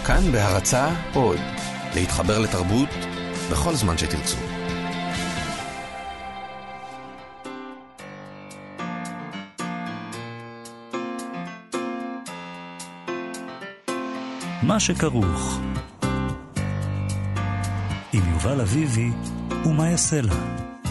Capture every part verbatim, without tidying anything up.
כאן בהרצאה עוד, להתחבר לתרבות בכל זמן שתרצו. מה שכרוך עם יובל אביבי ומה יעשה לה.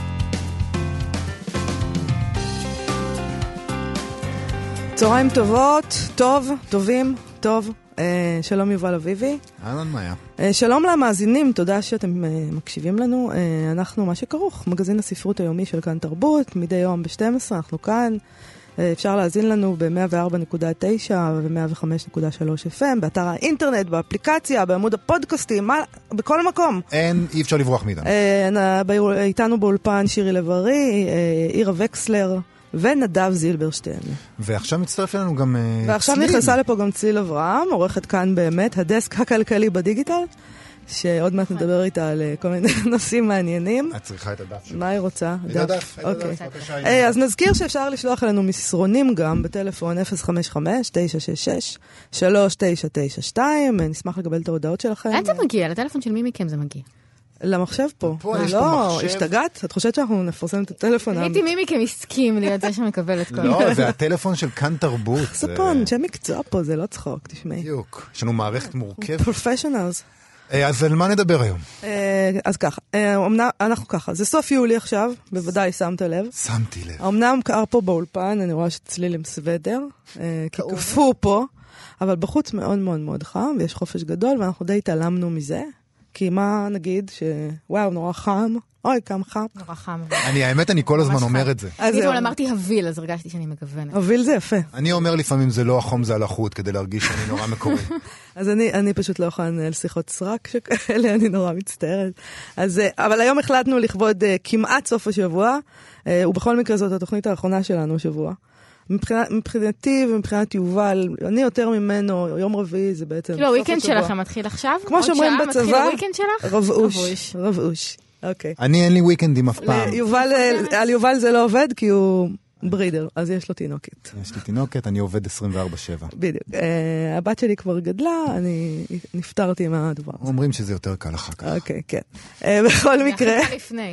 צהריים טובות, טוב, טובים, טוב. אה, שלום יובל אביבי. אהלן מאיה. אה, שלום למאזינים, תודה שאתם אה, מקשיבים לנו. אה, אנחנו מה שכרוך, מגזין הספרות היומי של כאן תרבות, מדי יום ב-שתים עשרה, אנחנו כאן. אה, אפשר להזין לנו ב-מאה וארבע נקודה תשע ו-מאה וחמש נקודה שלוש אף אם, באתר האינטרנט, באפליקציה, בעמוד הפודקאסטים, מה, בכל מקום. אין, אי אפשר לברוח מאיתנו. אה, איתנו באולפן שירי לב-ארי, אה, עירה וקסלר, ונדב זילברשטיין. ועכשיו מצטרף אלינו גם צליל. ועכשיו נכנסה לפה גם צליל אברהם, עורכת כאן באמת, הדסק הכלכלי בדיגיטל, שעוד מעט נדבר איתה על כל מיני נושאים מעניינים. את צריכה את הדף שלו. מה היא רוצה? את הדף, את הדף, בבקשה. אז נזכיר שאפשר לשלוח אלינו מסרונים גם בטלפון אפס חמש חמש תשע שש שש שלוש תשע תשע שתיים. נשמח לקבל את ההודעות שלכם. אין זה מגיע? לטלפון של מי מכם זה מגיע? למחשב פה. פה יש לא, פה מחשב. השתגעת? את חושבת שאנחנו נפרסם את הטלפון? הייתי מי מכם הסכים להיות זה שמקבל את כל... לא, זה הטלפון של כאן תרבות. זה פה, אנשי מקצוע פה, זה לא צחוק, תשמעי. בדיוק. יש לנו מערכת מורכבת. פרופשיונלס. אז על מה נדבר היום? אז ככה, אנחנו ככה, זה סוף יולי עכשיו, בוודאי שמת לב. שמתי לב. אמנם קר פה באולפן, אני רואה שצליל עם סוודר, כי קפוא פה, אבל בחוץ מאוד מאוד מאוד חם, ויש חופש גדול, ואנחנו די התעלמנו מזה. כי מה נגיד שוואו, נורא חם, אוי, כמה חם. נורא חם. אני, האמת, אני כל הזמן אומר את זה. אני אתמול אמרתי הוויל, אז הרגשתי שאני מגוונת. הוויל זה יפה. אני אומר לפעמים זה לא החום, זה הלחות, כדי להרגיש שאני נורא מקורי. אז אני, אני פשוט לא יכולה לנהל שיחות סרק שכאלה, אני נורא מצטערת. אז, אבל היום החלטנו לכבוד כמעט סוף השבוע, ובכל מקרה זאת התוכנית האחרונה שלנו השבוע. מבחינת, מבחינתי ומבחינת יובל, אני יותר ממנו, יום רביעי זה בעצם... כאילו, הוויקנד שלכם מתחיל עכשיו? כמו שאומרים בצבא, מתחיל הוויקנד שלך? רבעוש, רבעוש, אוקיי. אני אין לי וויקנדים אף פעם. על יובל זה לא עובד כי הוא ברידר, אז יש לו תינוקת. יש לי תינוקת, אני עובד עשרים וארבע שבע. בדיוק. הבת שלי כבר גדלה, אני נפטרתי מהדבר הזה. אומרים שזה יותר קל אחר כך. אוקיי, כן. בכל מקרה... זה לפני.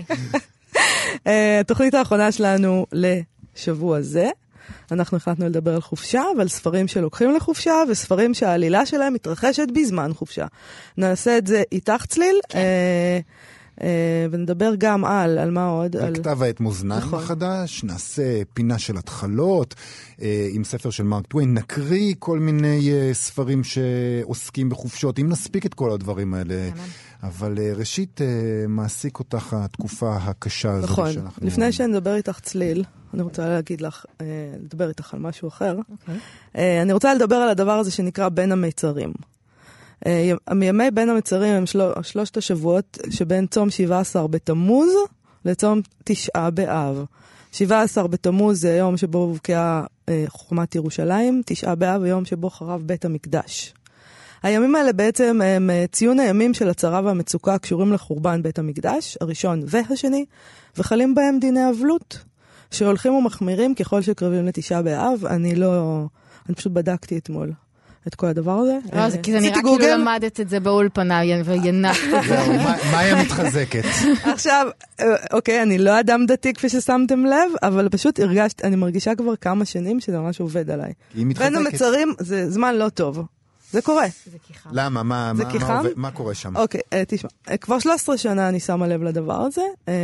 התוכנית האחרונה שלנו לשבוע זה, אנחנו החלטנו לדבר על חופשה, ועל ספרים שלוקחים לחופשה, וספרים שהעלילה שלהם מתרחשת בזמן חופשה. נעשה את זה איתך צליל, כן. אה, אה, ונדבר גם על, על מה עוד? על על... כתב העת מאזניים נכון. החדש, נעשה פינה של התחלות, אה, עם ספר של מרק טוויין, נקריא כל מיני אה, ספרים שעוסקים בחופשות, אם נספיק את כל הדברים האלה. כן. אבל uh, ראשית uh, מעסיק אותך התקופה הקשה הזאת. נכון, שאנחנו... לפני שנדבר איתך צליל, אני רוצה להגיד לך, uh, לדבר איתך על משהו אחר. Okay. Uh, אני רוצה לדבר על הדבר הזה שנקרא בין המצרים. Uh, מימי בין המצרים הם של... שלושת השבועות שבין צום שבעה עשר בתמוז לצום תשעה באב. שבעה עשר בתמוז זה היום שבו הובקעה uh, חומת ירושלים, תשעה באב היום שבו חרב בית המקדש. הימים האלה בעצם הם ציון הימים של הצרה והמצוקה הקשורים לחורבן בית המקדש, הראשון והשני, וחלים בהם דיני אבלות, שהולכים ומחמירים ככל שקרבים לתשעה באב. אני לא, אני פשוט בדקתי אתמול את כל הדבר הזה. לא, זה כי זה נראה כאילו למדת את זה באולפנה וינקת את זה. מה היא מתחזקת? עכשיו, אוקיי, אני לא אדם דתי כפי ששמתם לב, אבל פשוט הרגשת, אני מרגישה כבר כמה שנים שזה ממש עובד עליי. היא מתחזקת. בין המצרים זה זמן לא טוב. זה קורה. זה כיחם. למה? מה, זה מה, כיחם? מה, מה קורה שם? אוקיי, תשמע. כבר שלוש עשרה שנה אני שמה לב לדבר הזה.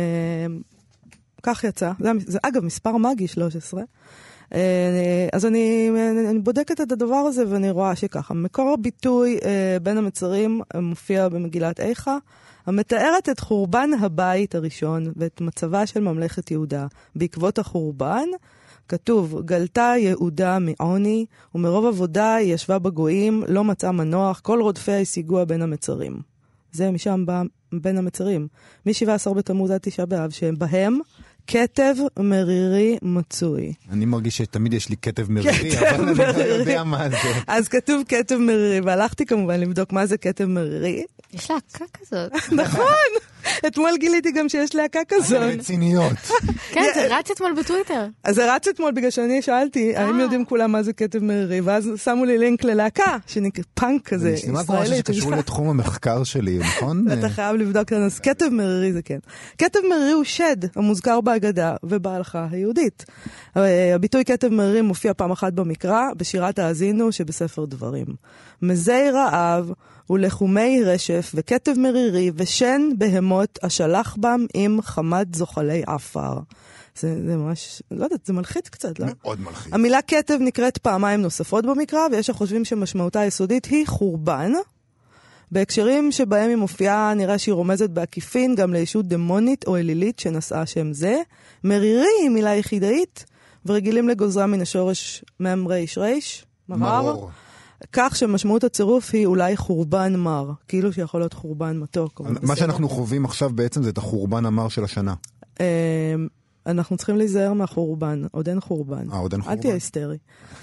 כך יצא. זה, זה אגב מספר מגי שלוש עשרה. אז אני, אני בודקת את הדבר הזה ואני רואה שככה. מקור הביטוי בין המצרים מופיע במגילת איכה, המתארת את חורבן הבית הראשון ואת מצבה של ממלכת יהודה. בעקבות החורבן, כתוב, גלתה יהודה מעוני, ומרוב עבודה היא ישבה בגויים, לא מצאה מנוח, כל רודפיה השיגוה בין המצרים. זה משם בא בין המצרים. מ-שבעה עשר בתמוז עד תשעה באב, שהם בהם כתב מרירי מצוי. אני מרגיש שתמיד יש לי כתב מרירי, אבל אני לא יודע מה זה. אז כתוב כתב מרירי, והלכתי כמובן לבדוק מה זה כתב מרירי. יש להקה כזאת. נכון. אתמול גיליתי גם שיש להקה כזאת. רציניות. כן, זה רץ אתמול בטוויטר. אז זה רץ אתמול בגלל שאני שאלתי, האם יודעים כולם מה זה כתב מרירי, ואז שמו לי לינק ללהקה, שנקרא פאנק כזה, ישראלית. זה נשמע כמו משהו שקשור לתחום המחקר שלי, נכון? אתה חייב לבדוק כאן, אז כתב מרירי זה כן. כתב מרירי הוא שד, המוזכר בהגדה ובהלכה היהודית. הביטוי כתב מרירי מופיע פעם אחת במקרא, בשירת האזינו שבספר דברים. מזי רעב ולחומי רשף וכתב מרירי ושן בהמות השלח בם עם חמד זוחלי עפר. זה, זה ממש, לא יודעת, זה מלחיץ קצת, לא? מאוד מלחיץ. המילה כתב נקראת פעמיים נוספות במקרא, ויש החושבים שמשמעותה היסודית היא חורבן. בהקשרים שבהם היא מופיעה, נראה שהיא רומזת בעקיפין גם לישות דמונית או אלילית שנשאה שם זה. מרירי היא מילה יחידאית, ורגילים לגוזרה מן השורש מם ריש ריש, מרר. מרור. כך שמשמעות הצירוף היא אולי חורבן מר, כאילו שיכול להיות חורבן מתוק. מה שאנחנו חווים עכשיו בעצם זה את החורבן המר של השנה. אנחנו צריכים להיזהר מהחורבן, עוד אין חורבן. אה, עוד אין חורבן. אל תהיה היסטרי.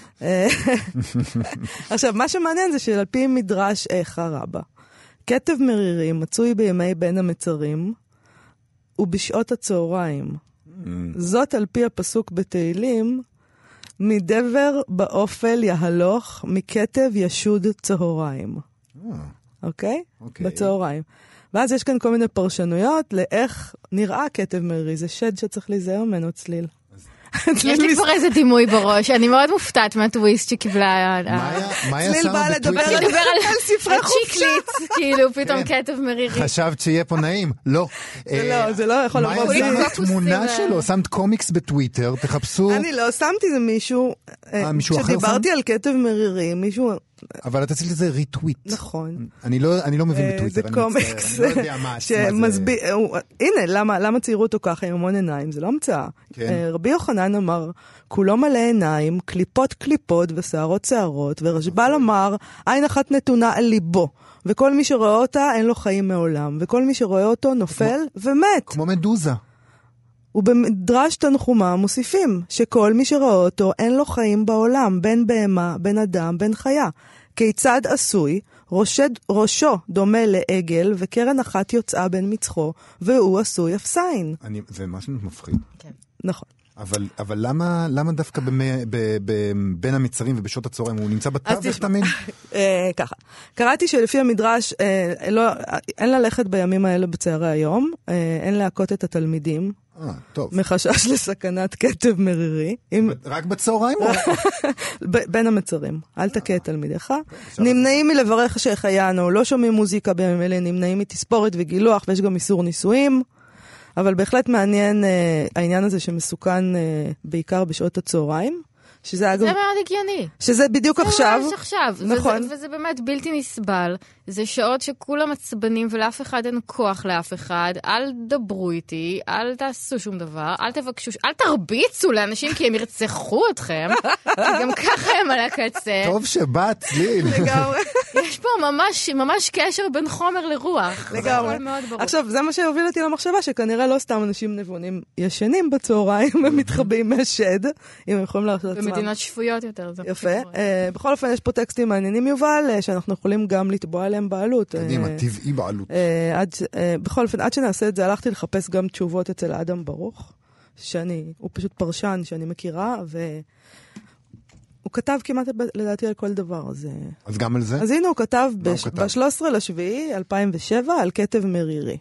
עכשיו, מה שמעניין זה שעל פי מדרש איכה רבה, כתב מרירי מצוי בימי בין המצרים ובשעות הצהריים. זאת על פי הפסוק בתהילים, מדבר באופל יהלוך, מכתב ישוד צהריים. אוקיי? בצהריים. ואז יש כאן כל מיני פרשנויות לאיך נראה כתב מרירי. זה שד שצריך להיזהר ממנו צליל. יש לי כבר איזה דימוי בראש, אני מאוד מופתעת מהטוויסט שקיבלה. צליל באה לדבר על ספרי חופשה. כאילו פתאום כתב מרירי. חשבת שיהיה פה נעים? לא. לא, זה לא יכול לבוא. מה היה התמונה שלו? שמת קומיקס בטוויטר, תחפשו. אני לא, שמתי זה מישהו, כשדיברתי על כתב מרירי, מישהו... אבל אתה צריך לזה ריטוויט. נכון. אני לא, אני לא מבין בטוויטר. זה קומיקס. אני לא יודע מה. שמסביר, הנה, למה, למה ציירו אותו ככה עם המון עיניים? זה לא המצאה. רבי יוחנן אמר, כולו מלא עיניים, קליפות קליפות ושערות שערות, ורשב"ל אמר, עין אחת נתונה על ליבו. וכל מי שרואה אותה אין לו חיים מעולם. וכל מי שרואה אותו נופל ומת. כמו מדוזה. ובמדרש תנחומה מוסיפים שכל מי שראה אותו אין לו חיים בעולם, בין בהמה, בין אדם, בין חיה. כיצד עשוי? ראשד, ראשו דומה לעגל וקרן אחת יוצאה בין מצחו, והוא עשוי אפסיים. אני, זה משהו מפחיד. כן. נכון. אבל, אבל למה, למה דווקא במי, ב, ב, בין המצרים ובשעות הצהריים? הוא נמצא בתווך תמיד? ככה. קראתי שלפי המדרש, אין ללכת בימים האלה בצהרי היום, אין להכות את התלמידים. אה, טוב. מחשש לסכנת כתב מרירי. רק בצהריים? בין המצרים. אל תכה את תלמידיך. נמנעים מלברך שהחיינו, לא שומעים מוזיקה בימים אלה, נמנעים מתספורת וגילוח, ויש גם איסור נישואים. אבל בהחלט מעניין אה, העניין הזה שמסוכן אה, בעיקר בשעות הצהריים. שזה אגב... זה מאוד הגיוני. שזה בדיוק זה עכשיו. זה ממש עכשיו. נכון. וזה, וזה באמת בלתי נסבל. זה שעות שכולם עצבנים ולאף אחד אין כוח לאף אחד. אל דברו איתי, אל תעשו שום דבר, אל תבקשו, אל תרביצו לאנשים כי הם ירצחו אתכם. גם ככה הם על הקצה. טוב שבאת, צליל. לגמרי. יש פה ממש, ממש קשר בין חומר לרוח. לגמרי. עכשיו, זה מה שהוביל אותי למחשבה, שכנראה לא סתם אנשים נבונים ישנים בצהריים ומתחבאים מהשד, אם הם יכולים לעשות עצמם. במדינות שפויות יותר. יפה. בכל אופן, יש פה טקסטים מעניינים, יובל, שאנחנו יכולים גם לתבוע עליהם בעלות. קדימה, טבעי בעלות. בכל אופן, עד שנעשה את זה, הלכתי לחפש גם תשובות אצל אדם ברוך, שאני, הוא פשוט פרשן שאני מכירה, והוא כתב כמעט לדעתי על כל דבר. אז גם על זה? אז הנה הוא כתב ב-שלושה עשר לשביעי אלפיים ושבע על כתב מרירי.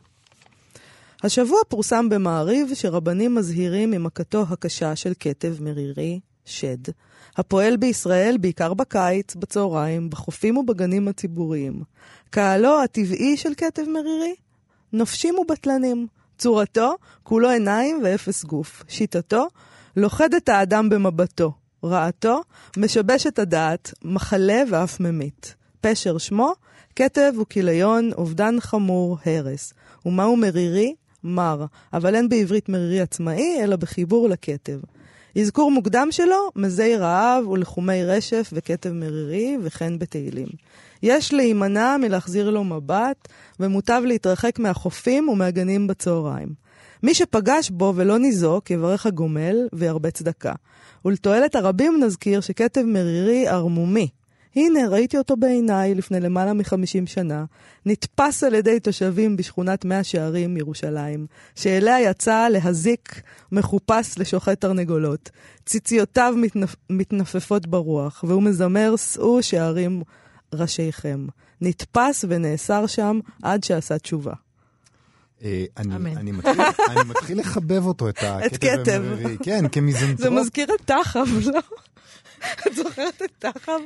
השבוע פורסם במעריב שרבנים מזהירים ממכתו הקשה של כתב מרירי, שד, הפועל בישראל בעיקר בקיץ, בצהריים, בחופים ובגנים הציבוריים. קהלו הטבעי של כתב מרירי, נופשים ובטלנים. צורתו, כולו עיניים ואפס גוף. שיטתו, לוכד את האדם במבטו. רעתו, משבש את הדעת, מחלה ואף ממית. פשר שמו, כתב וכיליון, אובדן חמור, הרס. ומהו מרירי? מר, אבל אין בעברית מרירי עצמאי, אלא בחיבור לכתב. אזכור מוקדם שלו, מזי רעב ולחומי רשף וכתב מרירי וכן בתהילים. יש להימנע מלהחזיר לו מבט, ומוטב להתרחק מהחופים ומהגנים בצהריים. מי שפגש בו ולא ניזוק, יברך הגומל וירבה צדקה. ולתועלת הרבים נזכיר שכתב מרירי ארמומי. הנה, ראיתי אותו בעיניי לפני למעלה מחמישים שנה, נתפס על ידי תושבים בשכונת מאה שערים ירושלים, שאליה יצא להזיק מחופש לשוחט תרנגולות. ציציותיו מתנפ... מתנפפות ברוח, והוא מזמר, שאו שערים ראשיכם. נתפס ונאסר שם עד שעשה תשובה. אני מתחיל לחבב אותו, את הכתב המרירי. כן, כמיזנטרופ. זה מזכיר את תחב, לא? את זוכרת את תחב?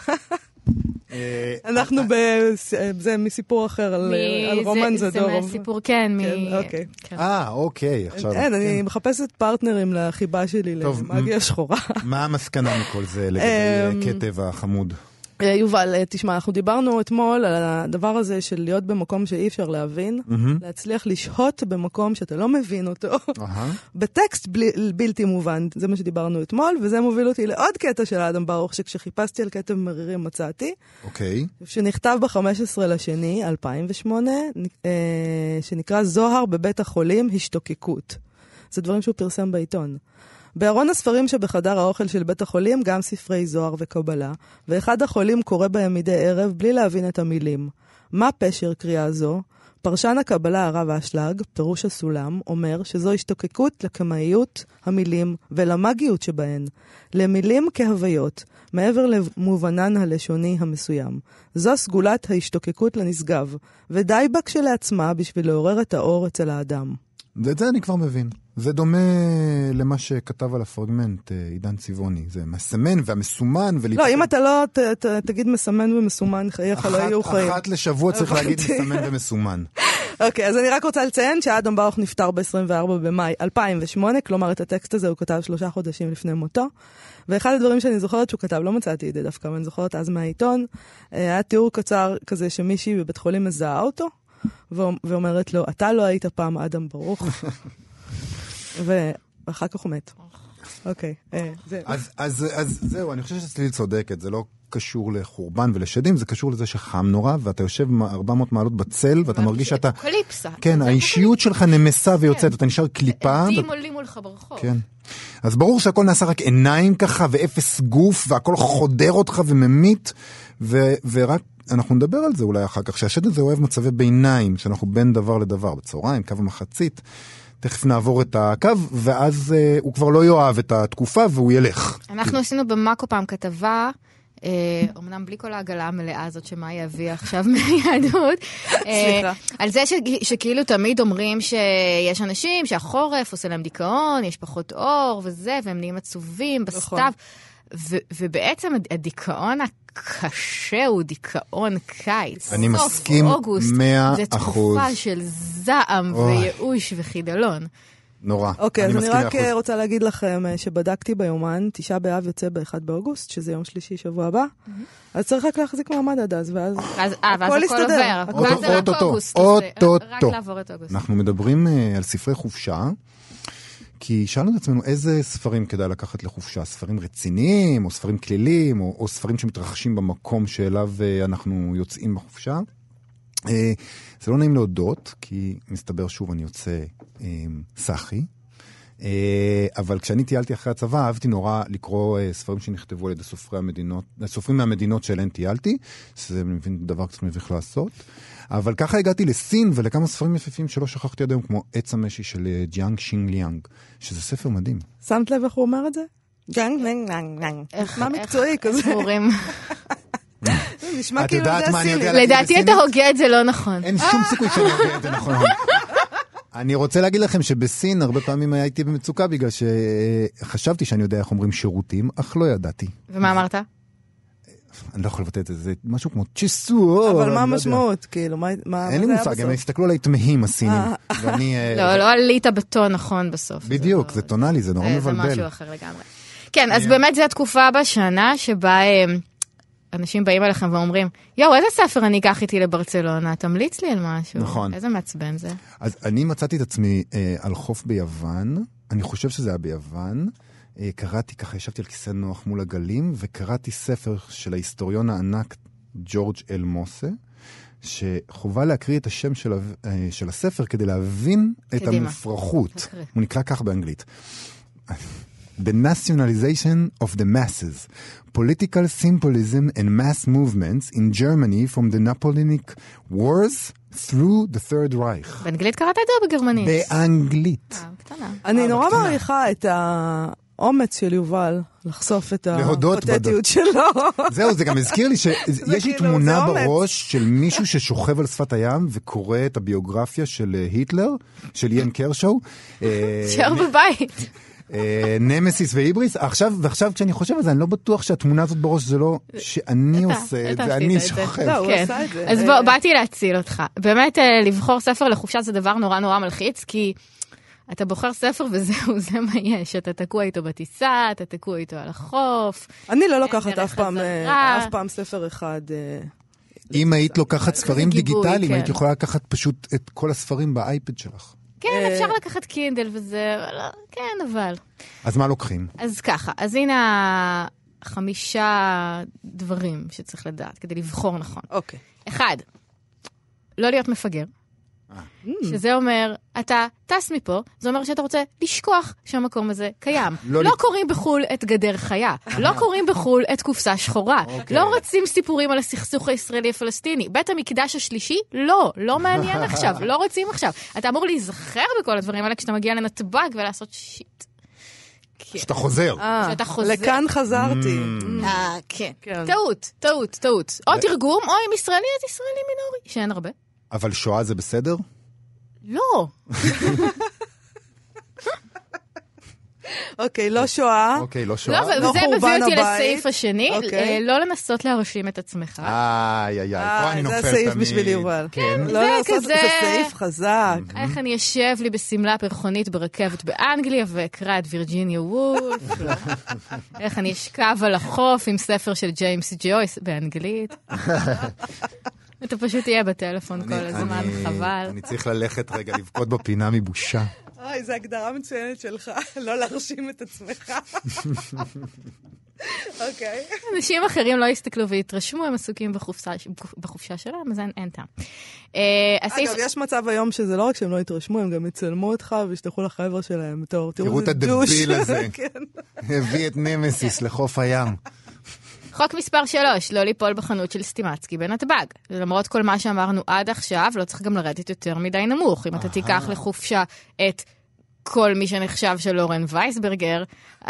אנחנו זה מסיפור אחר על רומן זדורוב. זה מהסיפור, כן. אה, אוקיי. אין, אני מחפשת פרטנרים לחיבה שלי למאגיה שחורה. מה המסקנה מכל זה לגבי כתב החמוד? יובל, תשמע, אנחנו דיברנו אתמול על הדבר הזה של להיות במקום שאי אפשר להבין, להצליח לשהות במקום שאתה לא מבין אותו, בטקסט בלתי מובן, זה מה שדיברנו אתמול, וזה מוביל אותי לעוד קטע של אדם ברוך, שכשחיפשתי על כתב מרירים מצאתי, שנכתב ב-חמישה עשר לשני, אלפיים ושמונה, שנקרא זוהר בבית החולים, השתוקקות. זה דברים שהוא פרסם בעיתון. בארון הספרים שבחדר האוכל של בית החולים גם ספרי זוהר וקבלה, ואחד החולים קורא בהם מדי ערב בלי להבין את המילים. מה פשר קריאה זו? פרשן הקבלה הרב אשלג, פירוש הסולם, אומר שזו השתוקקות לקמאיות המילים ולמגיות שבהן, למילים כהוויות, מעבר למובנן הלשוני המסוים. זו סגולת ההשתוקקות לנשגב, ודי בה כשלעצמה בשביל לעורר את האור אצל האדם. את זה אני כבר מבין. זה דומה למה שכתב על הפרגמנט עידן צבעוני. זה מסמן והמסומן. לא, אם אתה לא תגיד מסמן ומסומן, חייך לא יהיו חיים. אחת לשבוע צריך להגיד מסמן ומסומן. אוקיי, אז אני רק רוצה לציין שאדם ברוך נפטר ב-עשרים וארבעה במאי אלפיים ושמונה, כלומר את הטקסט הזה הוא כתב שלושה חודשים לפני מותו. ואחד הדברים שאני זוכרת שהוא כתב, לא מצאתי את זה דווקא, אבל אני זוכרת אז מהעיתון, היה תיאור קצר כזה שמישהי בבית חולים מזהה אותו, ואומרת לו, אתה לא היית פעם אדם ברוך. ואחר כך הוא מת. אוקיי, זהו. אז זהו, אני חושב שצליל צודקת, זה לא קשור לחורבן ולשדים, זה קשור לזה שחם נורא, ואתה יושב ארבע מאות מעלות בצל, ואתה מרגיש שאתה... קליפסה. כן, האישיות שלך נמסה ויוצאת, אתה נשאר קליפה. עדים עולים מולך ברחוב. כן. אז ברור שהכל נעשה רק עיניים ככה, ואפס גוף, והכל חודר אותך וממית, ורק אנחנו נדבר על זה אולי אחר כך, שהשד הזה אוהב מצבי ביניים, שאנחנו בין דבר לדבר, בצהריים, קו המחצית, תכף נעבור את הקו, ואז אה, הוא כבר לא יאהב את התקופה, והוא ילך. אנחנו עשינו במאקו פעם כתבה, אה, אמנם בלי כל העגלה המלאה הזאת, שמה יביא עכשיו מהיהדות, אה, על זה ש, שכאילו תמיד אומרים שיש אנשים שהחורף עושה להם דיכאון, יש פחות אור וזה, והם נהיים עצובים בסתיו, ו- ובעצם הדיכאון הקשה הוא דיכאון קיץ. אני מסכים מאה אחוז. זה תקופה של זעם וייאוש וחידלון. נורא. אוקיי, אז אני רק רוצה להגיד לכם שבדקתי ביומן, תשעה באב יוצא באחד באוגוסט, שזה יום שלישי שבוע הבא, אז צריך רק להחזיק מעמד עד אז, ואז הכל יסתדר. ואז זה רק אוגוסט. רק לעבור את אוגוסט. אנחנו מדברים על ספרי חופשה, כי שאלנו את עצמנו איזה ספרים כדאי לקחת לחופשה, ספרים רציניים, או ספרים כלילים, או, או ספרים שמתרחשים במקום שאליו אנחנו יוצאים בחופשה. זה לא נעים להודות, כי מסתבר שוב אני יוצא סחי, אבל כשאני טיילתי אחרי הצבא, אהבתי נורא לקרוא ספרים שנכתבו על ידי סופרי המדינות, סופרים מהמדינות שאליהן טיילתי, שזה מבין דבר קצת מביך לעשות, אבל ככה הגעתי לסין ולכמה ספרים יפים שלא שכחתי עד היום, כמו עץ המשי של ג'יאנג שינג ליאנג, שזה ספר מדהים. שמת לב איך הוא אומר את זה? ג'יאנג לנג לנג לנג. מה מקצועי כזה? מורים. נשמע כאילו זה הסיני. לדעתי אתה הוגה את זה לא נכון. אין שום סיכוי שאני הוגה את זה נכון. אני רוצה להגיד לכם שבסין הרבה פעמים הייתי במצוקה בגלל שחשבתי שאני יודע איך אומרים שירותים, אך לא ידעתי. ומה אמרת? אני לא יכול לבטא את זה, זה משהו כמו צ'יסו. אבל מה המשמעות? כאילו, מה... אין לי מושג, הם הסתכלו עליי תמהים הסינים. לא, לא עלית בטון נכון בסוף. בדיוק, זה טונלי, זה נורא מבלבל. זה משהו אחר לגמרי. כן, אז באמת זו התקופה בשנה שבה אנשים באים אליכם ואומרים, יואו, איזה ספר אני אקח איתי לברצלונה? תמליץ לי על משהו. נכון. איזה מעצבן זה. אז אני מצאתי את עצמי על חוף ביוון, אני חושב שזה היה ביוון, קראתי ככה, ישבתי על כיסא נוח מול הגלים, וקראתי ספר של ההיסטוריון הענק ג'ורג' אל מוסה, שחובה להקריא את השם של, של הספר כדי להבין את המופרכות. הוא נקרא כך באנגלית. The Nationalization of the Masses, Political Symbolism and Mass Movements in Germany from the Napoleonic Wars through the Third Reich. באנגלית קראת את זה או בגרמנית? באנגלית. אה, קטנה. אני נורא מעריכה את האומץ של יובל לחשוף את להודות הפתטיות שלו. זהו, זה גם הזכיר לי שיש לי כאילו, תמונה זה אומץ. בראש של מישהו ששוכב על שפת הים וקורא את הביוגרפיה של אה, היטלר, של איין קרשו. אה, שער בבית. אה, נמסיס והיבריס. עכשיו, ועכשיו כשאני חושב על זה, אני לא בטוח שהתמונה הזאת בראש זה לא שאני אתה, עושה את אתה זה, עשית אני את זה. שוכב. לא, הוא כן. עשה את זה. אז בוא, באתי להציל אותך. באמת, אה, לבחור ספר לחופשה זה דבר נורא נורא מלחיץ, כי אתה בוחר ספר וזהו, זה מה יש. אתה תקוע איתו בטיסה, אתה תקוע איתו על החוף. אני לא לוקחת דרך אף פעם, חזרה. אף פעם ספר אחד. אה, אם היית לוקחת ספרים גיבוי, דיגיטליים, כן. היית יכולה לקחת פשוט את כל הספרים באייפד שלך. כן, אפשר לקחת קינדל וזה, אבל לא, כן, אבל. אז מה לוקחים? אז ככה, אז הנה חמישה דברים שצריך לדעת כדי לבחור נכון. אוקיי. אחד, לא להיות מפגר. שזה אומר, אתה טס מפה, זה אומר שאתה רוצה לשכוח שהמקום הזה קיים. לא לא לק- קוראים בחול את גדר חיה, לא קוראים בחול את קופסה שחורה, אוקיי. לא רוצים סיפורים על הסכסוך הישראלי-הפלסטיני. בית המקדש השלישי, לא, לא מעניין עכשיו, לא רוצים עכשיו. אתה אמור להיזכר בכל הדברים האלה כשאתה מגיע לנתב"ג ולעשות שיט. כן. שאתה חוזר. אה, שאתה חוזר. לכאן חזרתי. אה, כן. כן. טעות, טעות, טעות. או תרגום, או אם ישראלי, אז ישראלי מינורי, שאין הרבה. אבל שואה זה בסדר? לא. אוקיי, לא שואה. אוקיי, לא לא, שואה. אבל לא זה חורבן מביא אותי הבית. לסעיף השני, אוקיי. אה, לא לנסות להרשים את עצמך. איי, איי, איי, פה אני אה, נופל זה תמיד. הסעיף בשביל יובל. כן. לא זה לעשות, כזה- זה סעיף חזק. איך אני אשב לי בסמלה פרחונית ברכבת באנגליה ואקרא את וירג'יניה וולף. איך אני אשכב על החוף עם ספר של ג'יימס ג'ויס באנגלית. אתה פשוט תהיה בטלפון כל אני- הזמן, אני- חבל. אני צריך ללכת רגע לבכות בפינה מבושה. אוי, זו הגדרה מצוינת שלך, לא להרשים את עצמך. אוקיי. אנשים אחרים לא יסתכלו ויתרשמו, הם עסוקים בחופשה, בחופשה שלהם, אז אין, אין טעם. אה, הסעיף... אגב, יש מצב היום שזה לא רק שהם לא יתרשמו, הם גם יצלמו אותך וישתחו לחבר'ה שלהם בתור, תראו את איזה דוש. הדביל הזה. כן. הביא את נמסיס לחוף הים. חוק מספר שלוש, לא ליפול בחנות של סטימצקי בנתב"ג. למרות כל מה שאמרנו עד עכשיו, לא צריך גם לרדת יותר מדי נמוך. אם אתה תיקח לחופשה את כל מי שנחשב של לורן וייסברגר,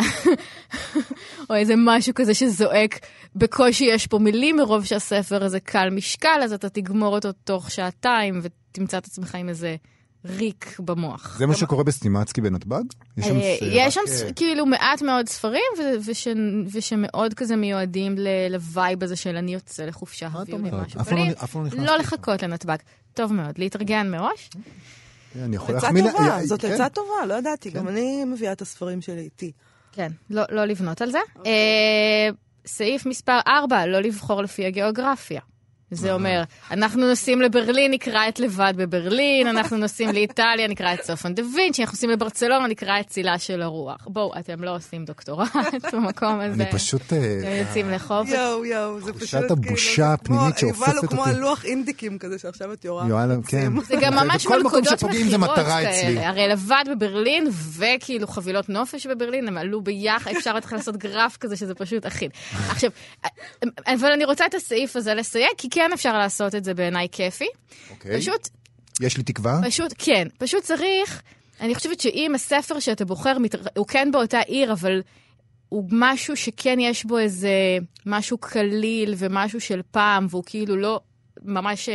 או איזה משהו כזה שזועק, בקושי יש פה מילים מרוב שהספר הזה קל משקל, אז אתה תגמור אותו תוך שעתיים ותמצא את עצמך עם איזה ריק במוח. זה מה שקורה בסטימצקי בנתב"ג? יש שם אה, ס- יש שם רק, ס- אה, כאילו מעט מאוד ספרים, ו- וש- ושמאוד כזה מיועדים ל- לווייב הזה של אני יוצא לחופשה, מה את הביאו לי אומרת? משהו אף פעם לא- קליל. אף פעם לא נכנסתי לא לשם. לחכות לנתב"ג. טוב מאוד, להתארגן מראש. אני יכול עצה להחמיא לה- טובה, אה, זאת כן. עצה טובה, לא ידעתי, גם אני מביאה את הספרים שלי איתי. כן, לא לא לבנות על זה. אה, סעיף מספר ארבע, לא לבחור לפי הגיאוגרפיה. זה אומר, אנחנו נוסעים לברלין, נקרא את לבד בברלין, אנחנו נוסעים לאיטליה, נקרא את סופן דה וינצ'י, אנחנו נוסעים לברצלונה, נקרא את צילה של הרוח. בואו, אתם לא עושים דוקטורט במקום הזה. אני פשוט... אה, אתם יוצאים לחוף. יואו, יואו, זה פשוט תחושת הבושה הפנימית כמו- שאופפת יובל הוא כמו אותי. הלוח אינדיקים כזה שעכשיו את יורה. יואלה, כן. זה גם ממש בכל מקום מלכודות שפוגעים זה מכירות מטרה אצלי. כאלה. הרי לבד בברלין, וכאילו חבילות נופש בברלין, הם עלו ביחד, אפשר להתחיל לעשות גרף כזה שזה פשוט אחיד. עכשיו, אבל אני רוצה את הסעיף הזה לסייג, כי כן אפשר לעשות את זה בעיניי כיפי. אוקיי. פשוט, יש לי תקווה? פשוט, כן, פשוט צריך, אני חושבת שאם הספר שאתה בוחר, הוא כן באותה עיר, אבל הוא משהו שכן יש בו איזה משהו קליל ומשהו של פעם, והוא כאילו לא ממש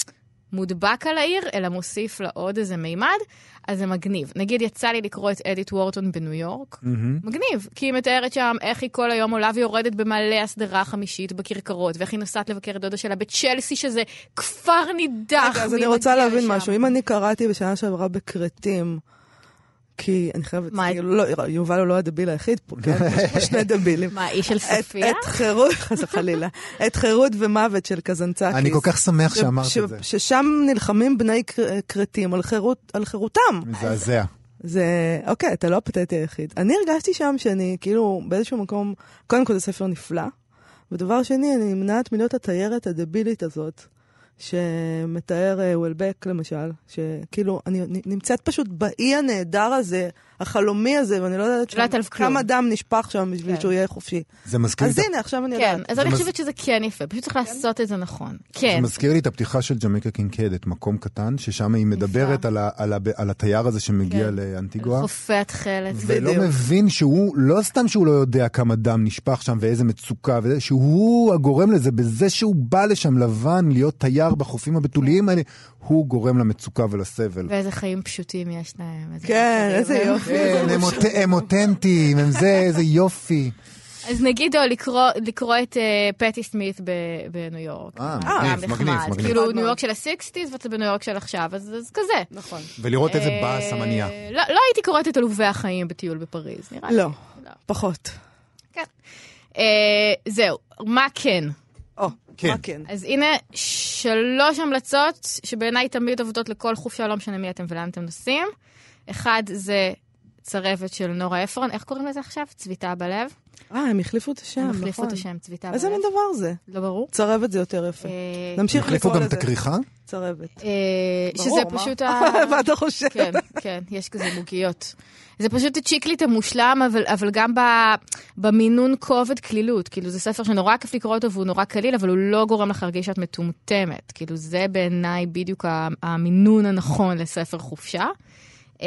מודבק על העיר, אלא מוסיף לה עוד איזה מימד, אז זה מגניב. נגיד, יצא לי לקרוא את אדית וורטון בניו יורק, מגניב, כי היא מתארת שם איך היא כל היום עולה ויורדת במעלה הסדרה החמישית בכרכרות, ואיך היא נוסעת לבקר את דודה שלה בצ'לסי, שזה כפר נידח. רגע, אז והיא אני רוצה מגיעה להבין לשם. משהו. אם אני קראתי בשנה שעברה בקרטים, כי אני חייבת, מה? כאילו, לא, יובל הוא לא הדביל היחיד פה, כן? יש פה שני דבילים. מה, איש של את- סופיה? את חירות, חס וחלילה, את חירות ומוות של קזנצקיס. אני כל כך שמח ש- שאמרת ש- את זה. ששם נלחמים בני קר- קרטים על חירות- על חירותם. מזעזע. זה, אוקיי, אתה לא הפתטי היחיד. אני הרגשתי שם שאני, כאילו, באיזשהו מקום, קודם כל זה ספר נפלא, ודבר שני, אני נמנעת מלהיות התיירת הדבילית הזאת, שמתאר וולבק למשל, שכאילו, אני נמצאת פשוט באי הנהדר הזה, החלומי הזה, ואני לא יודעת לא יודעת על כלום. כמה דם נשפך שם בשביל שהוא יהיה חופשי. זה מזכיר אז לי את הנה, עכשיו אני כן, יודעת. אז אני מז- חושבת שזה כן יפה, פשוט צריך לעשות את זה נכון. זה כן. מזכיר לי את הפתיחה של ג'מייקה קינקד, את מקום קטן, ששם היא מדברת על ה- על ה- על התייר הזה שמגיע כן. לאנטיגואה. חופי התכלת. ולא בדיוק. מבין שהוא, לא סתם שהוא לא יודע כמה דם נשפך שם ואיזה מצוקה, וזה, שהוא הגורם לזה, בזה שהוא בא לשם לבן, להיות תייר בחופים הבתוליים האלה, הוא גורם למצוקה ולסבל. ואיזה חיים פשוטים יש להם. איזה כן, חיים. איזה יופי. כן, הם אות- הם אותנטיים, הם זה, איזה יופי. אז נגיד, או לקרוא, לקרוא את uh, פטי סמית ב- בניו יורק. אה, גם מגניב, נחמד. מגניב, מגניב. כאילו, מאוד. ניו יורק של ה-סיקסטיז ואתה בניו יורק של עכשיו, אז, אז כזה. נכון. ולראות איזה אה, באס המניע. לא, לא הייתי קוראת את עלובי החיים בטיול בפריז, נראה לי. לא, פחות. כן. אה, זהו, מה כן? או, כן. מה כן? אז הנה שלוש המלצות שבעיניי תמיד עובדות לכל חופשה, לא משנה מי אתם ולאן אתם נוסעים. אחד זה צרבת של נורה אפרון, איך קוראים לזה עכשיו? צביטה בלב. אה, הם החליפו את השם, הם נכון. החליפו את השם, צביטה בלב. איזה מין דבר זה? לא ברור. צרבת זה יותר יפה. אה, נמשיך החליפו לקרוא גם את לזה. הכריכה? צרבת. אה, ברור, שזה מה? פשוט ה... מה אתה חושב? כן, כן, יש כזה מוגיות. זה פשוט הצ'יקליט המושלם, אבל, אבל גם ב, במינון כובד כלילות. כאילו, זה ספר שנורא כיף לקרוא אותו, והוא נורא קליל, אבל הוא לא גורם לך להרגיש שאת מטומטמת. כאילו, זה בעיניי בדיוק המינון הנכון לספר חופשה. Uh,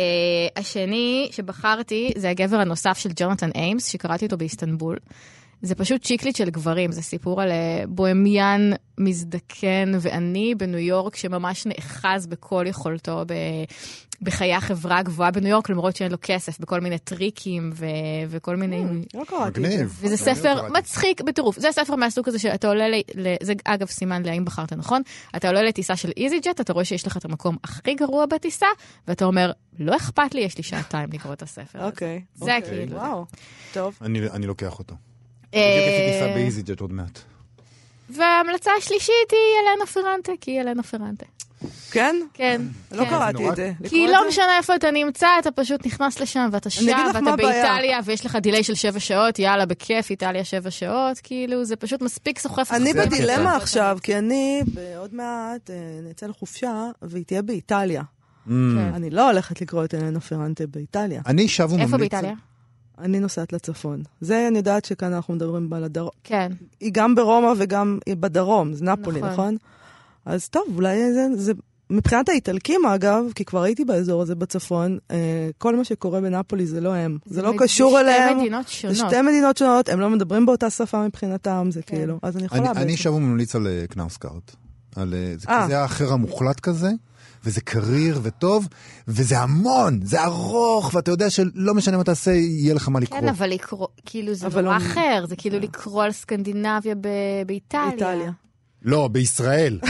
השני שבחרתי, זה הגבר הנוסף של ג'ונתן איימס, שקראתי אותו באיסטנבול. זה פשוט צ'יקליט של גברים, זה סיפור על בוהמיין מזדקן ועני בניו יורק, שממש נאחז בכל יכולתו ב... בחיי החברה הגבוהה בניו יורק, למרות שאין לו כסף, בכל מיני טריקים ו... וכל מיני... לא קראתי את זה. מגניב. וזה ספר מצחיק בטירוף. זה ספר מהסוג הזה שאתה עולה, ל... ל... זה אגב סימן להאם בחרת נכון, אתה עולה לטיסה של איזי ג'ט, אתה רואה שיש לך את המקום הכי גרוע בטיסה, ואתה אומר, לא אכפת לי, יש לי שעתיים לקרוא את הספר הזה. אוקיי. זה אוקיי, כאילו. וואו. טוב. אני אני לוקח אותו. אה, בדיוק יש לי טיסה באיזי ג'ט עוד מעט. וההמלצה השלישית היא אלנה פרנטה, כי היא אלנה פרנטה. כן? כן. לא כן. קראתי נורא- את זה. כי לקרוא לא את זה? משנה איפה אתה נמצא, אתה פשוט נכנס לשם, ואתה שם, אגיד לך ואתה מה הבעיה. באיטליה, ויש לך דיליי של שבע שעות, יאללה, בכיף, איטליה שבע שעות, כאילו, זה פשוט מספיק סוחף. אני זה הקטע. בדילמה עכשיו, כי אני בעוד מעט אה, נצא לחופשה, והיא תהיה באיטליה. אני לא הולכת לקרוא את אלנה פרנטה באיטליה. אני שב וממליץ... איפה באיטליה? אני נוסעת לצפון. זה אני יודעת שכאן אנחנו מדברים על הדרום. כן. היא גם ברומא וגם היא בדרום, זה נפולי, נכון. נכון? אז טוב, אולי זה, זה... מבחינת האיטלקים, אגב, כי כבר הייתי באזור הזה בצפון, אה, כל מה שקורה בנפולי זה לא הם. זה לא מד- קשור שתי אליהם. מדינות זה שונות. שתי מדינות שונות, הם לא מדברים באותה שפה מבחינתם, זה כן. כאילו. אז אני אני, יכולה אני בעצם. שב וממליץ על אה, קנאוסקארט. על, אה, זה אה. כזה האחר המוחלט כזה, וזה קריר וטוב, וזה המון, זה ארוך, ואתה יודע שלא משנה מה תעשה, יהיה לך מה לקרוא. כן, אבל לקרוא, כאילו, זה אבל נורא הוא- אחר, זה כאילו לקרוא על סקנדינביה ב- באיטליה. איטליה. לא, בישראל.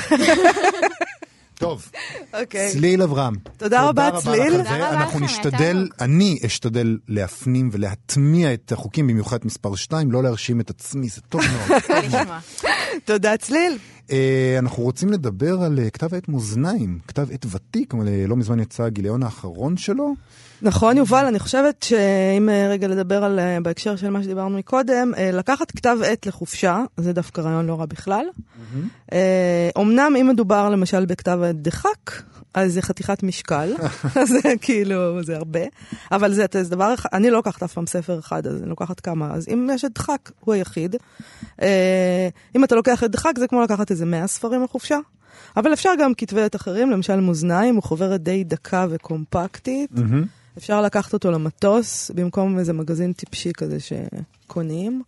טוב, אוקיי. צליל אברהם. תודה רבה, צליל. לך על תודה זה. רבה אנחנו לכם, נשתדל, היה תענוג. אני אשתדל להפנים ולהטמיע את החוקים, במיוחד מספר שתיים, לא להרשים את עצמי, זה טוב מאוד. בוא נשמע. תודה, צליל. אה, אנחנו רוצים לדבר על אה, כתב עת מאזניים, כתב עת ותיק, אבל אה, לא מזמן יצא הגיליון האחרון שלו. נכון, יובל, אני חושבת שאם אה, רגע לדבר על, אה, בהקשר של מה שדיברנו מקודם, אה, לקחת כתב עת לחופשה, זה דווקא רעיון לא רע בכלל. אה, אומנם אם מדובר למשל בכתב עת דחק, אז זה חתיכת משקל, זה כאילו, זה הרבה, אבל זה, זה דבר אחד, אני לא לוקחת אף פעם ספר אחד, אז אני לוקחת כמה, אז אם יש את דחק, הוא היחיד. אה, אם אתה לוקח את דחק, זה כמו לקחת איזה מאה ספרים לחופשה. אבל אפשר גם כתבי עת אחרים, למשל מאזניים, הוא חוברת די דקה וקומפקטית. אפשר לקחת אותו למטוס, במקום איזה מגזין טיפשי כזה שקונים.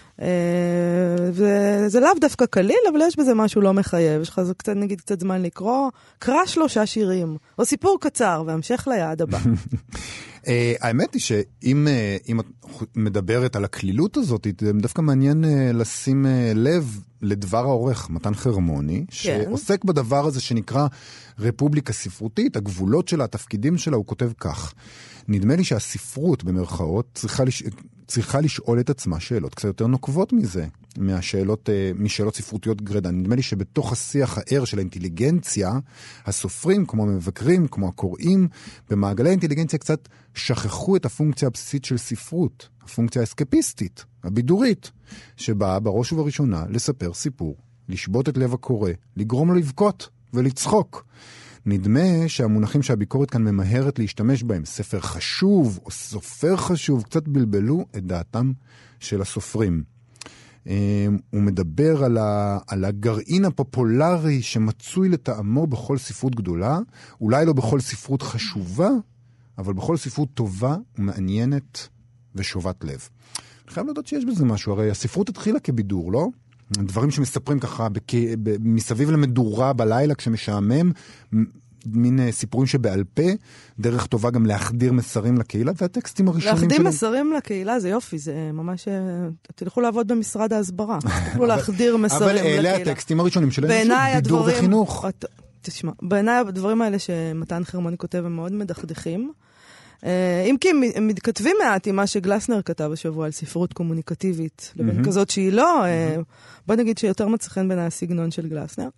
וזה לאו דווקא קליל, אבל יש בזה משהו לא מחייב. יש לך קצת, נגיד, קצת זמן לקרוא, קרא שלושה שירים, או סיפור קצר, והמשך ליעד הבא. האמת היא שאם את מדברת על הכלילות הזאת, זה דווקא מעניין לשים לב לדבר העורך, מתן חרמוני, שעוסק בדבר הזה שנקרא רפובליקה ספרותית, הגבולות שלה, התפקידים שלה, הוא כותב כך: נדמה לי שהספרות במרכאות צריכה, לש... צריכה לשאול את עצמה שאלות קצת יותר נוקבות מזה, מהשאלות, משאלות ספרותיות גרדה. נדמה לי שבתוך השיח הער של האינטליגנציה, הסופרים, כמו המבקרים, כמו הקוראים, במעגלי האינטליגנציה קצת שכחו את הפונקציה הבסיסית של ספרות, הפונקציה האסקפיסטית, הבידורית, שבאה בראש ובראשונה לספר סיפור, לשבות את לב הקורא, לגרום לו לבכות ולצחוק. נדמה שהמונחים שהביקורת כאן ממהרת להשתמש בהם, ספר חשוב או סופר חשוב, קצת בלבלו את דעתם של הסופרים. הוא מדבר על, ה, על הגרעין הפופולרי שמצוי לטעמו בכל ספרות גדולה, אולי לא בכל ספרות חשובה, אבל בכל ספרות טובה ומעניינת ושובת לב. אני חייב לדעת שיש בזה משהו, הרי הספרות התחילה כבידור, לא? דברים שמספרים ככה בק... מסביב למדורה בלילה כשמשעמם, מין סיפורים שבעל פה, דרך טובה גם להחדיר מסרים לקהילה, והטקסטים הראשונים להחדיר שלהם... מסרים לקהילה זה יופי, זה ממש... תלכו לעבוד במשרד ההסברה, תלכו להחדיר מסרים לקהילה. אבל אלה הטקסטים הראשונים שלהם, בידור וחינוך. תשמע, בעיניי הדברים האלה שמתן חרמוני כותב הם מאוד מדכדכים, אם כי הם מתכתבים מעט עם מה שגלסנר כתב השבוע על ספרות קומוניקטיבית, לבין כזאת שהיא לא, בוא נגיד שיותר מצחן בין הסגנון של גלסנר.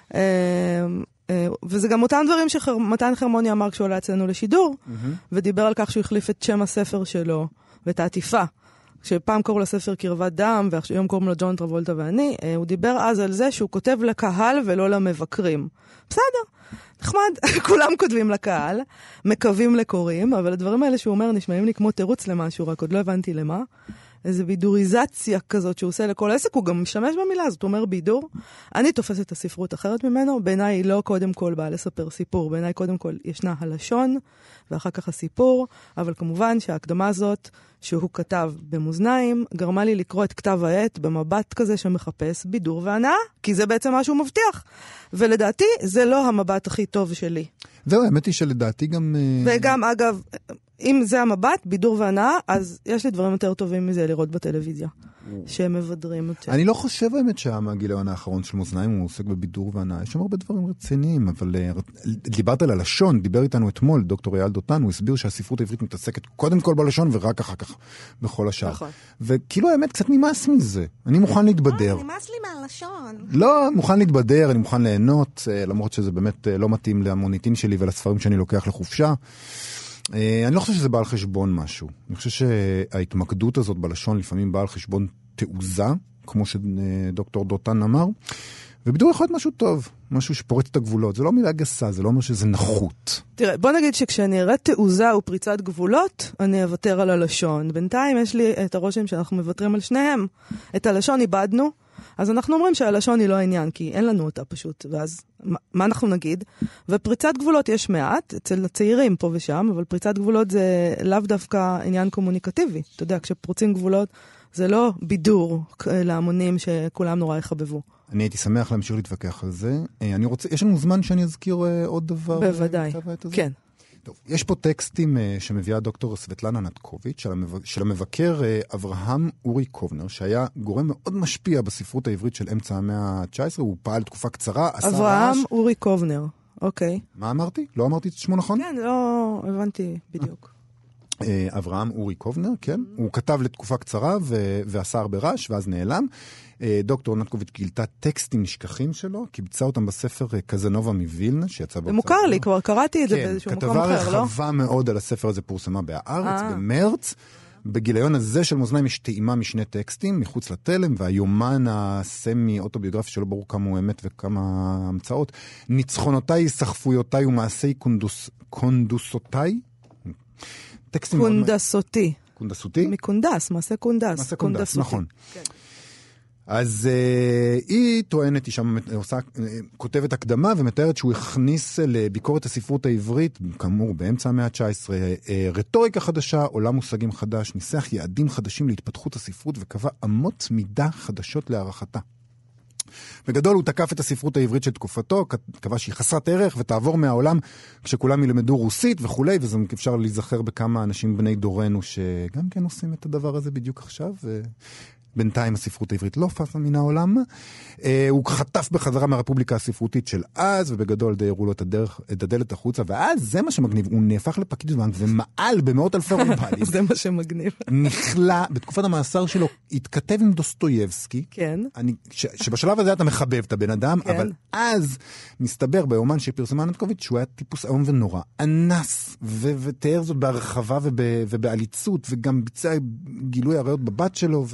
וזה גם אותם דברים שמתן חרמוני אמר כשהוא עולה אצלנו לשידור, ודיבר על כך שהוא החליף את שם הספר שלו ואת העטיפה. שפעם קוראו לספר קרבת דם, והיום קוראים לו ג'ון טרבולטה ואני, הוא דיבר אז על זה שהוא כותב לקהל ולא למבקרים. בסדר, נחמד, כולם כותבים לקהל, מקווים לקוראים, אבל הדברים האלה שהוא אומר נשמעים לי כמו תירוץ למשהו, רק עוד לא הבנתי למה. איזו בידוריזציה כזאת שהוא עושה לכל עסק, הוא גם משתמש במילה הזאת, הוא אומר בידור. אני תופסת את הספרות אחרת ממנו, בעיניי היא לא קודם כל באה לספר סיפור, בעיניי קודם כל ישנה הלשון, ואחר כך הסיפור, אבל כמובן שההקדמה הזאת שהוא כתב במאזניים, גרמה לי לקרוא את כתב העת במבט כזה שמחפש בידור והנאה, כי זה בעצם מה שהוא מבטיח. ולדעתי זה לא המבט הכי טוב שלי. זהו, האמת היא שלדעתי גם... וגם אגב... אם זה המבט, בידור והנאה, אז יש לי דברים יותר טובים מזה לראות בטלוויזיה, שהם מבדרים את זה. אני לא חושב באמת שהגיליון האחרון של מאזניים הוא עוסק בבידור והנאה. יש שם הרבה דברים רציניים, אבל דיברת על הלשון, דיבר איתנו אתמול, דוקטור אייל דותן, הוא הסביר שהספרות העברית מתעסקת קודם כל בלשון, ורק אחר כך בכל השאר. וכאילו האמת קצת נמאס מזה. אני מוכן להתבדר. נמאס לי מהלשון. לא, מוכן להתבדר, אני מוכן ליהנות, למרות שזה באמת לא מתאים למוניטין שלי ולספרים שאני לוקח לחופשה. אני לא חושב שזה בא על חשבון משהו. אני חושב שההתמקדות הזאת בלשון לפעמים באה על חשבון תעוזה, כמו שדוקטור דותן אמר, ובידור יכול להיות משהו טוב, משהו שפורץ את הגבולות. זה לא מילה גסה, זה לא אומר שזה נחות. תראה, בוא נגיד שכשאני אראה תעוזה ופריצת גבולות, אני אוותר על הלשון. בינתיים יש לי את הרושם שאנחנו מוותרים על שניהם. את הלשון איבדנו, אז אנחנו אומרים שהלשון היא לא העניין, כי אין לנו אותה פשוט, ואז מה, מה אנחנו נגיד? ופריצת גבולות יש מעט, אצל הצעירים פה ושם, אבל פריצת גבולות זה לאו דווקא עניין קומוניקטיבי. אתה יודע, כשפרוצים גבולות, זה לא בידור להמונים שכולם נורא יחבבו. אני הייתי שמח להמשיך להתווכח על זה. אני רוצה, יש לנו זמן שאני אזכיר עוד דבר? בוודאי, כן. טוב, יש פה טקסטים uh, שמביאה דוקטור סבטלנה נטקוביץ' של, המב... של המבקר uh, אברהם אורי קובנר, שהיה גורם מאוד משפיע בספרות העברית של אמצע המאה ה-תשע עשרה, הוא פעל תקופה קצרה, עשה רעש. אברהם אורי קובנר, אוקיי. מה אמרתי? לא אמרתי את שמו נכון? כן, לא הבנתי בדיוק. Uh, אברהם אורי קובנר, כן. Mm-hmm. הוא כתב לתקופה קצרה ו... ועשה הרבה רעש, ואז נעלם. Uh, דוקטור נטקוביץ' גילתה טקסטים נשכחים שלו, קיבצה אותם בספר uh, קזנובה מווילנה, שיצא זה מוכר לי, כבר קראתי את זה באיזשהו מקום אחר, לא? כתבה רחבה מאוד על הספר הזה פורסמה בהארץ, במרץ. בגיליון הזה של מאזניים יש טעימה משני טקסטים, מחוץ לתלם, והיומן הסמי-אוטוביוגרפי שלא ברור כמה הוא אמת וכמה המצאות. ניצחונותיי, סחפויותיי ומעשי קונדוס... קונדוסותיי. קונדסותי. קונדסותי? מקונדס, מעשה קונדס. מעשה קונדס, נכון. כן. אז uh, היא טוענת, היא שם עושה, uh, כותבת הקדמה ומתארת שהוא הכניס לביקורת הספרות העברית, כאמור באמצע המאה ה-תשע עשרה, uh, רטוריקה חדשה, עולם מושגים חדש, ניסח יעדים חדשים להתפתחות הספרות וקבע אמות מידה חדשות להערכתה. בגדול הוא תקף את הספרות העברית של תקופתו, קבע שהיא חסרת ערך ותעבור מהעולם כשכולם ילמדו רוסית וכולי, וזה אפשר להיזכר בכמה אנשים בני דורנו שגם כן עושים את הדבר הזה בדיוק עכשיו, ו... בינתיים הספרות העברית לא פסה מן העולם. אה, הוא חטף בחזרה מהרפובליקה הספרותית של אז, ובגדול די הראו לו את, הדרך, את הדלת החוצה, ואז זה מה שמגניב, הוא נהפך לפקיד בנק ומעל במאות אלפי רובלים. זה מה שמגניב. נכלה, בתקופת המאסר שלו, התכתב עם דוסטויבסקי, כן. אני, ש, שבשלב הזה אתה מחבב את הבן אדם, כן. אבל אז מסתבר ביומן שפרסמה נטקוביץ' שהוא היה טיפוס איום ונורא, אנס, ו- ותיאר זאת בהרחבה וב- ובעליצות, וגם ביצע גילוי עריות בבת שלו. ו-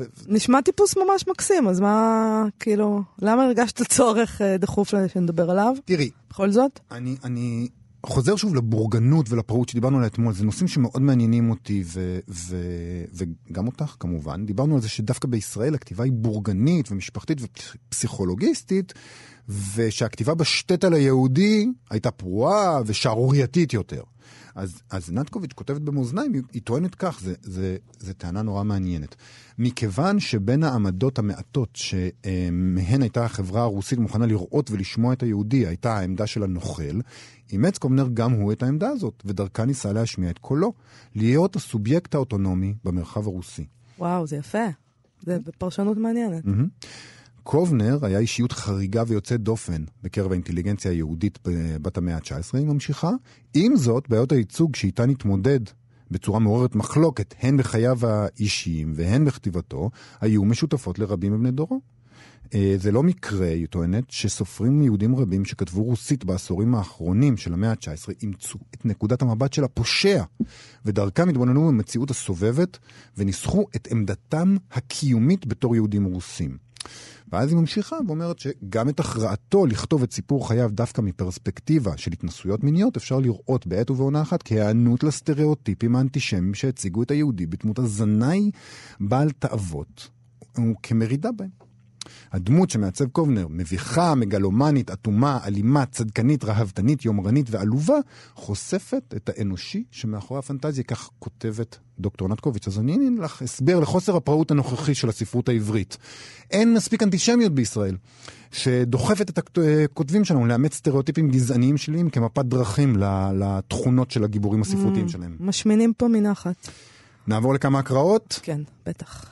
נשמע טיפוס ממש מקסים, אז מה, כאילו, למה הרגשת צורך דחוף שנדבר עליו? תראי. בכל זאת? אני, אני חוזר שוב לבורגנות ולפרעות שדיברנו עליה אתמול, זה נושאים שמאוד מעניינים אותי, ו, ו, וגם אותך כמובן. דיברנו על זה שדווקא בישראל הכתיבה היא בורגנית ומשפחתית ופסיכולוגיסטית, ושהכתיבה בשטט על היהודי הייתה פרועה ושערורייתית יותר. אז, אז נטקוביץ' כותבת במאזניים, היא, היא טוענת כך, זה, זה, זה טענה נורא מעניינת. מכיוון שבין העמדות המעטות שמהן הייתה החברה הרוסית מוכנה לראות ולשמוע את היהודי, הייתה העמדה של הנוכל, אימץ קובנר גם הוא את העמדה הזאת, ודרכה ניסה להשמיע את קולו, להיות הסובייקט האוטונומי במרחב הרוסי. וואו, זה יפה. זה בפרשנות מעניינת. Mm-hmm. קובנר היה אישיות חריגה ויוצאת דופן בקרב האינטליגנציה היהודית בת המאה ה-תשע עשרה, היא ממשיכה. עם זאת, בעיות הייצוג שאיתה נתמודד בצורה מעוררת מחלוקת, הן בחייו האישיים והן בכתיבתו, היו משותפות לרבים מבני דורו. זה לא מקרה, היא טוענת, שסופרים יהודים רבים שכתבו רוסית בעשורים האחרונים של המאה ה-תשע עשרה, אימצו את נקודת המבט של הפושע, ודרכם התבוננו במציאות הסובבת, וניסחו את עמדתם הקיומית בתור יהודים רוסים. ואז היא ממשיכה ואומרת שגם את הכרעתו לכתוב את סיפור חייו דווקא מפרספקטיבה של התנסויות מיניות אפשר לראות בעת ובעונה אחת כהיענות לסטריאוטיפים האנטישמים שהציגו את היהודי בדמות הזנאי בעל תאוות וכמרידה בהם. הדמות שמעצב קובנר, מביכה, מגלומנית, אטומה, אלימה, צדקנית, רהבתנית, יומרנית ועלובה, חושפת את האנושי שמאחורי הפנטזיה, כך כותבת דוקטור נטקוביץ'. אז אני לך הסבר לחוסר הפראות הנוכחי של הספרות העברית. אין מספיק אנטישמיות בישראל, שדוחפת את הכותבים שלנו לאמץ סטריאוטיפים גזעניים שלהם כמפת דרכים לתכונות של הגיבורים הספרותיים שלהם. משמינים פה מנחת. נעבור לכמה הקראות? כן, בטח.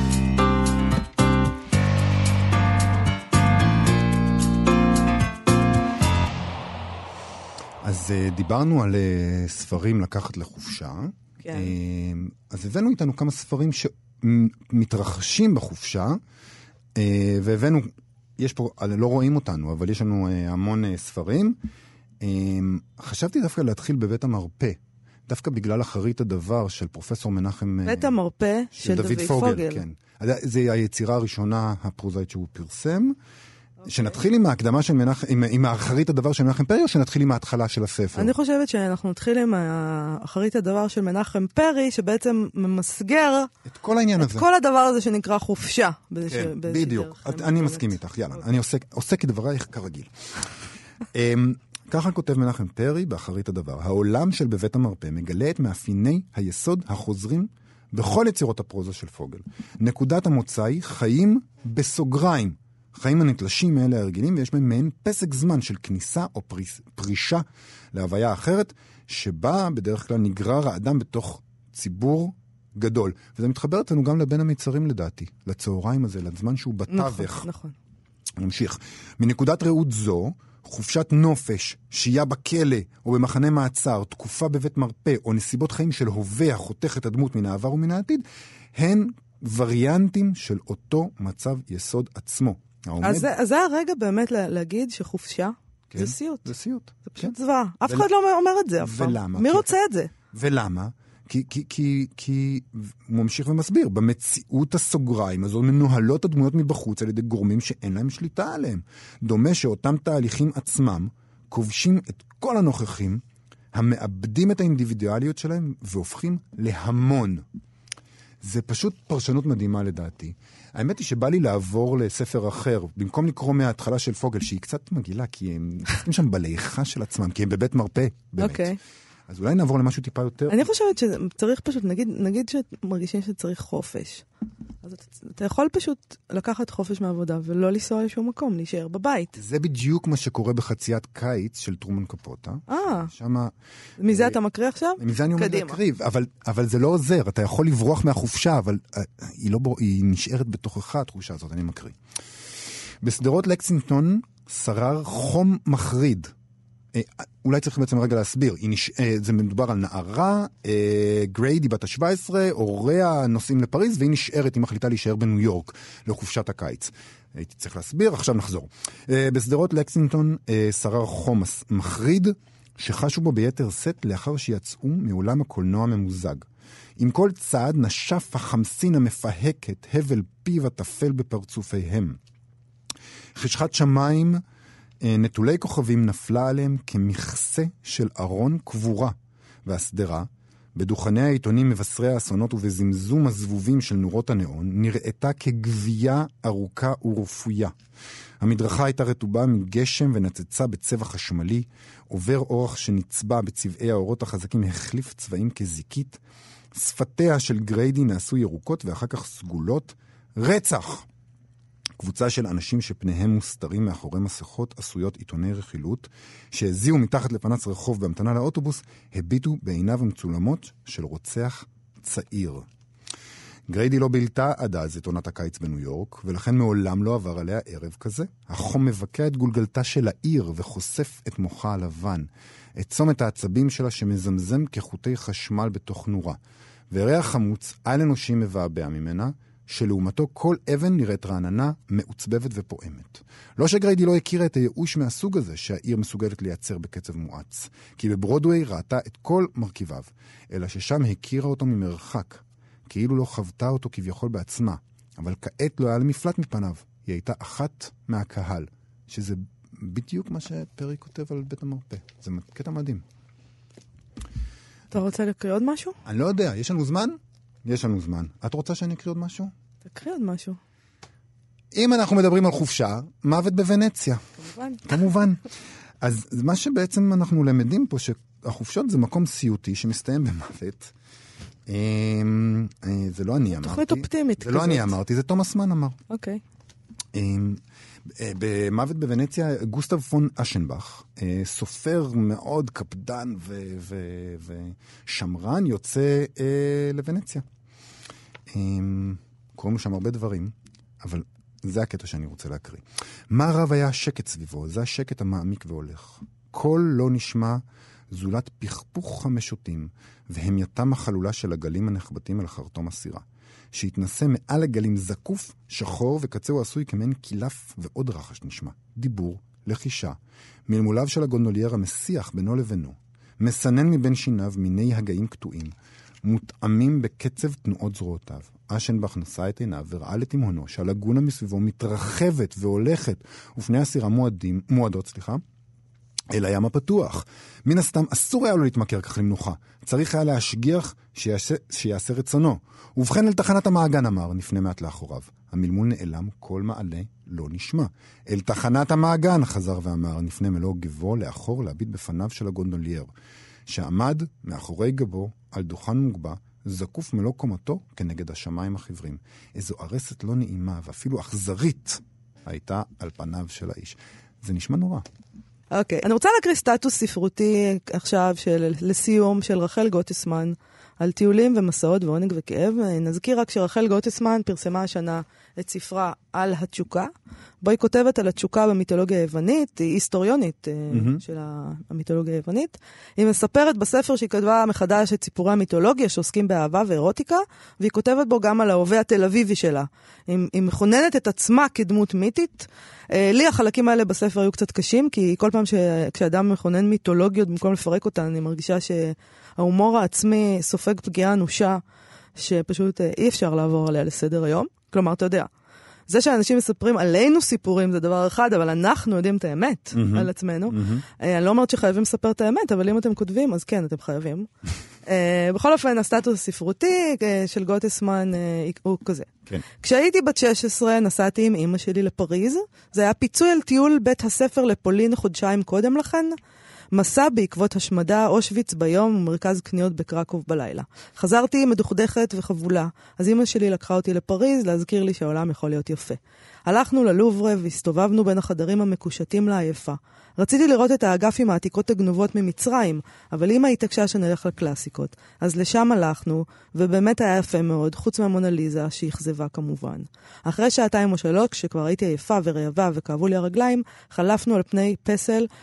אז דיברנו על ספרים לקחת לחופשה. כן. אז הבאנו איתנו כמה ספרים שמתרחשים בחופשה, והבאנו, יש פה, לא רואים אותנו, אבל יש לנו המון ספרים. חשבתי דווקא להתחיל בבית המרפא, דווקא בגלל אחרית הדבר של פרופסור מנחם... בית המרפא של דוד פוגל. כן. זה היצירה הראשונה הפרוזאית שהוא פרסם. שנתחיל עם ההקדמה של מנחם, עם, עם האחרית הדבר של מנחם פרי, או שנתחיל עם ההתחלה של הספר? אני חושבת שאנחנו נתחיל עם האחרית הדבר של מנחם פרי, שבעצם ממסגר את כל העניין את הזה. את כל הדבר הזה שנקרא חופשה. כן, בדיוק. את, אני מסכים איתך, יאללה. אני עוסק, עוסק כדברייך כרגיל. ככה כותב מנחם פרי באחרית הדבר. העולם של בבית המרפא מגלה את מאפייני היסוד החוזרים בכל יצירות הפרוזה של פוגל. נקודת המוצא היא חיים בסוגריים. חיים הנתלשים מאלה הרגילים, ויש בהם מעין פסק זמן של כניסה או פריס, פרישה להוויה אחרת, שבה בדרך כלל נגרר האדם בתוך ציבור גדול. וזה מתחבר אותנו גם לבין המצרים לדעתי, לצהריים הזה, לזמן שהוא בתווך. נכון, נכון. נמשיך. מנקודת ראות זו, חופשת נופש, שהייה בכלא או במחנה מעצר, תקופה בבית מרפא, או נסיבות חיים של הווה החותך את הדמות מן העבר ומן העתיד, הן וריאנטים של אותו מצב יסוד עצמו. אז זה, אז זה הרגע באמת להגיד שחופשה כן, זה סיוט. זה סיוט. זה פשוט כן. זוועה. אף ול... אחד לא אומר את זה אף פעם. ולמה? מי כי... רוצה את זה? ולמה? כי, כי, כי, כי, הוא ממשיך ומסביר, במציאות הסוגריים הזו מנוהלות הדמויות מבחוץ על ידי גורמים שאין להם שליטה עליהם. דומה שאותם תהליכים עצמם כובשים את כל הנוכחים, המאבדים את האינדיבידואליות שלהם והופכים להמון. זה פשוט פרשנות מדהימה לדעתי. האמת היא שבא לי לעבור לספר אחר, במקום לקרוא מההתחלה של פוגל, שהיא קצת מגילה, כי הם מתעסקים שם בליכה של עצמם, כי הם בבית מרפא, באמת. אוקיי. אז אולי נעבור למשהו טיפה יותר... אני חושבת שצריך פשוט, נגיד, נגיד שמרגישים שצריך חופש. אז אתה, אתה יכול פשוט לקחת חופש מהעבודה, ולא לנסוע לשום מקום, להישאר בבית. זה בדיוק מה שקורה בחציית קיץ של טרומן קפוטה. אה. שמה... מזה אתה מקריא עכשיו? מזה אני עומד להקריב, אבל, אבל זה לא עוזר. אתה יכול לברוח מהחופשה, אבל היא, לא, היא נשארת בתוכך, התחושה הזאת, אני מקריא. בסדרות לקסינגטון שרר חום מחריד. אולי צריך בעצם רגע להסביר, נש... זה מדובר על נערה, גריידי בת ה-שבע עשרה, הוריה נוסעים לפריז, והיא נשארת, היא מחליטה להישאר בניו יורק, לחופשת הקיץ. הייתי צריך להסביר, עכשיו נחזור. בסדרות לקסינגטון שרר חום מחריד, שחשו בו ביתר סט לאחר שיצאו מעולם הקולנוע ממוזג. עם כל צעד נשף החמסין המפהקת, הבל פיו הטפל בפרצופיהם. חשכת שמיים, נטולי כוכבים נפלה עליהם כמכסה של ארון קבורה, והסדרה, בדוכני העיתונים מבשרי האסונות ובזמזום הזבובים של נורות הנאון, נראתה כגבייה ארוכה ורפויה. המדרכה הייתה רטובה מגשם ונצצה בצבע חשמלי, עובר אורח שנצבע בצבעי האורות החזקים החליף צבעים כזיקית, שפתיה של גריידי נעשו ירוקות ואחר כך סגולות. רצח! קבוצה של אנשים שפניהם מוסתרים מאחורי מסכות עשויות עיתוני רכילות, שהזיעו מתחת לפנץ רחוב בהמתנה לאוטובוס, הביטו בעיניו המצולמות של רוצח צעיר. גריידי לא בילתה עד אז את עונת הקיץ בניו יורק, ולכן מעולם לא עבר עליה ערב כזה. החום מבקע את גולגלתה של העיר וחושף את מוחה הלבן, את צומת העצבים שלה שמזמזם כחוטי חשמל בתוך נורה. וריח חמוץ על אנושי מבעבע ממנה, שלעומתו כל אבן נראית רעננה, מעוצבבת ופועמת. לא שגריידי לא הכירה את הייאוש מהסוג הזה שהעיר מסוגלת לייצר בקצב מואץ, כי בברודווי ראתה את כל מרכיביו, אלא ששם הכירה אותו ממרחק, כאילו לא חוותה אותו כביכול בעצמה, אבל כעת לא היה למפלט מפניו. היא הייתה אחת מהקהל, שזה בדיוק מה שפרי כותב על בית המרפא. זה קטע מדהים. אתה רוצה לקריא עוד משהו? אני לא יודע, יש לנו זמן? יש לנו זמן. את רוצה שאני אקריא עוד משהו? תקריא עוד משהו. אם אנחנו מדברים על חופשה, מוות בוונציה. כמובן. כמובן. אז מה שבעצם אנחנו למדים פה, שהחופשות זה מקום סיוטי שמסתיים במוות. זה לא אני אמרתי. תוכנית אופטימית כזאת. זה לא אני אמרתי, זה תומאס מן אמר. אוקיי. במוות בוונציה, גוסטב פון אשנבך, סופר מאוד קפדן ושמרן, יוצא לוונציה. קוראים לו שם הרבה דברים, אבל זה הקטע שאני רוצה להקריא. מה רב היה השקט סביבו? זה השקט המעמיק והולך. קול לא נשמע זולת פכפוך המשוטים, והמייתם החלולה של הגלים הנחבטים אל חרטום הסירה. שהתנסה מעל הגלים זקוף, שחור וקצהו עשוי כמין קילף ועוד רחש נשמע. דיבור, לחישה, מלמוליו של הגונדולייר המסיח בינו לבינו, מסנן מבין שיניו מיני הגאים קטועים, מותאמים בקצב תנועות זרועותיו. אשנבך נשא את עיניו וראה לתמהונו שהלגונה מסביבו מתרחבת והולכת, ופני הסירה מועדים, מועדות, סליחה, אל הים הפתוח. מן הסתם אסור היה לו להתמכר כך למנוחה. צריך היה להשגיח שיעשה, שיעשה רצונו. ובכן אל תחנת המעגן אמר, נפנה מעט לאחוריו. המלמול נעלם, כל מעלה לא נשמע. אל תחנת המעגן חזר ואמר, נפנה מלוא גבו לאחור להביט בפניו של הגונדולייר, שעמד מאחורי גבו על דוכן מוגבה, זקוף מלוא קומתו כנגד השמיים החיוורים. איזו ארסת לא נעימה ואפילו אכזרית הייתה על פניו של האיש. זה נשמע נורא. אוקיי, okay. אני רוצה להקריא סטטוס ספרותי עכשיו של, לסיום של רחל גוטסמן על טיולים ומסעות ועונג וכאב. נזכיר רק שרחל גוטסמן פרסמה השנה את ספרה על התשוקה, בו היא כותבת על התשוקה במיתולוגיה היוונית, היא היסטוריונית mm-hmm. של המיתולוגיה היוונית. היא מספרת בספר שהיא כתבה מחדש את סיפורי המיתולוגיה שעוסקים באהבה ואירוטיקה, והיא כותבת בו גם על ההווה התל אביבי שלה. היא, היא מכוננת את עצמה כדמות מיתית. לי החלקים האלה בספר היו קצת קשים, כי כל פעם ש... כשאדם מכונן מיתולוגיות במקום לפרק אותן, אני מרגישה שההומור העצמי סופג פגיעה אנושה, שפשוט אי אפשר לעבור עליה לסדר היום. כלומר, אתה יודע, זה שאנשים מספרים עלינו סיפורים זה דבר אחד, אבל אנחנו יודעים את האמת mm-hmm. על עצמנו. Mm-hmm. אני לא אומרת שחייבים לספר את האמת, אבל אם אתם כותבים, אז כן, אתם חייבים. uh, בכל אופן, הסטטוס הספרותי uh, של גוטסמן uh, הוא כזה. כן. כשהייתי בת שש עשרה, נסעתי עם אמא שלי לפריז. זה היה פיצוי על טיול בית הספר לפולין חודשיים קודם לכן. מסע בעקבות השמדה, אושוויץ ביום ומרכז קניות בקרקוב בלילה. חזרתי מדוכדכת וחבולה, אז אמא שלי לקחה אותי לפריז להזכיר לי שהעולם יכול להיות יפה. הלכנו ללוברה והסתובבנו בין החדרים המקושטים לעייפה. רציתי לראות את האגפים העתיקות הגנובות ממצרים, אבל אמא התעקשה שנלך לקלאסיקות. אז לשם הלכנו, ובאמת היה יפה מאוד, חוץ מהמונליזה שהחזבה כמובן. אחרי שעתיים או שלוש, כשכבר הייתי עייפה ורעבה וכאבו לי הרגליים, חלפנו על פני פסל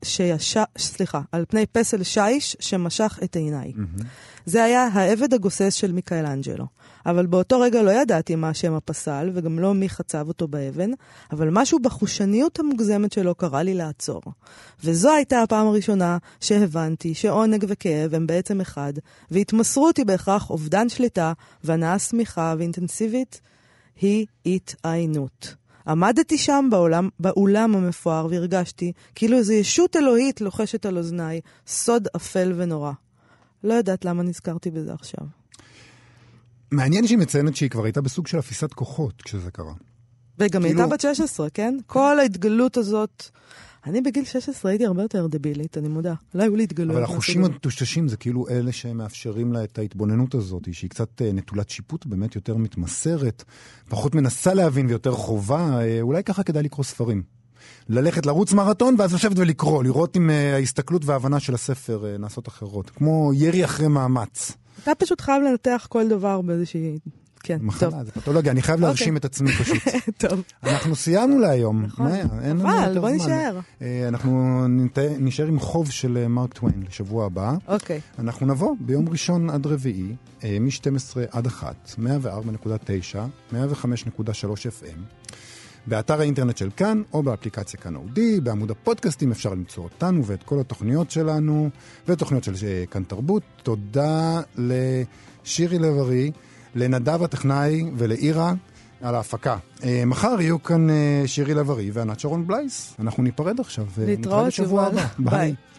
שיש... סליחה, על פני פסל שיש שמשך את עיניי. מהמם. זה היה העבד הגוסס של מיכאלנג'לו. אבל באותו רגע לא ידעתי מה שם הפסל, וגם לא מי חצב אותו באבן, אבל משהו בחושניות המוגזמת שלו קרא לי לעצור. וזו הייתה הפעם הראשונה שהבנתי שעונג וכאב הם בעצם אחד, והתמסרות היא בהכרח אובדן שליטה, והנאה סמיכה ואינטנסיבית היא התעיינות. עמדתי שם בעולם, באולם המפואר והרגשתי כאילו איזו ישות אלוהית לוחשת על אוזניי, סוד אפל ונורא. לא יודעת למה נזכרתי בזה עכשיו. מעניין שהיא מציינת שהיא כבר הייתה בסוג של אפיסת כוחות כשזה קרה. וגם כאילו... הייתה בת שש עשרה, כן? כל ההתגלות הזאת... אני בגיל שש עשרה הייתי הרבה יותר דבילית, אני מודה. לא היו לי התגלות. אבל החושים הטושטשים זה כאילו אלה שמאפשרים לה את ההתבוננות הזאת, שהיא קצת נטולת שיפוט, באמת יותר מתמסרת, פחות מנסה להבין ויותר חובה, אולי ככה כדאי לקרוא ספרים. ללכת לרוץ מרתון, ואז לשבת ולקרוא, לראות אם ההסתכלות וההבנה של הספר נעשות אחרות. כמו ירי אחרי מאמץ. אתה פשוט חייב לנתח כל דבר באיזושהי... כן, מחלה, טוב. זה פתולוגיה, אני חייב להרשים את עצמי פשוט. טוב. אנחנו סיימנו להיום. נכון. אבל, בוא נשאר. אנחנו נשאר עם חוב של מרק טוויין לשבוע הבא. אוקיי. אנחנו נבוא ביום ראשון עד רביעי, מ-שתים עשרה עד אחת, מאה וארבע נקודה תשע, מאה וחמש נקודה שלוש אף אם, באתר האינטרנט של כאן, או באפליקציה כאן אודי, בעמוד הפודקאסטים אפשר למצוא אותנו ואת כל התוכניות שלנו, ותוכניות של כאן תרבות. תודה לשירי לב-ארי, לנדב הטכנאי ולאירה על ההפקה. מחר יהיו כאן שירי לב-ארי וענת שרון בלייס. אנחנו ניפרד עכשיו. להתראות, בשבוע הבא. ביי.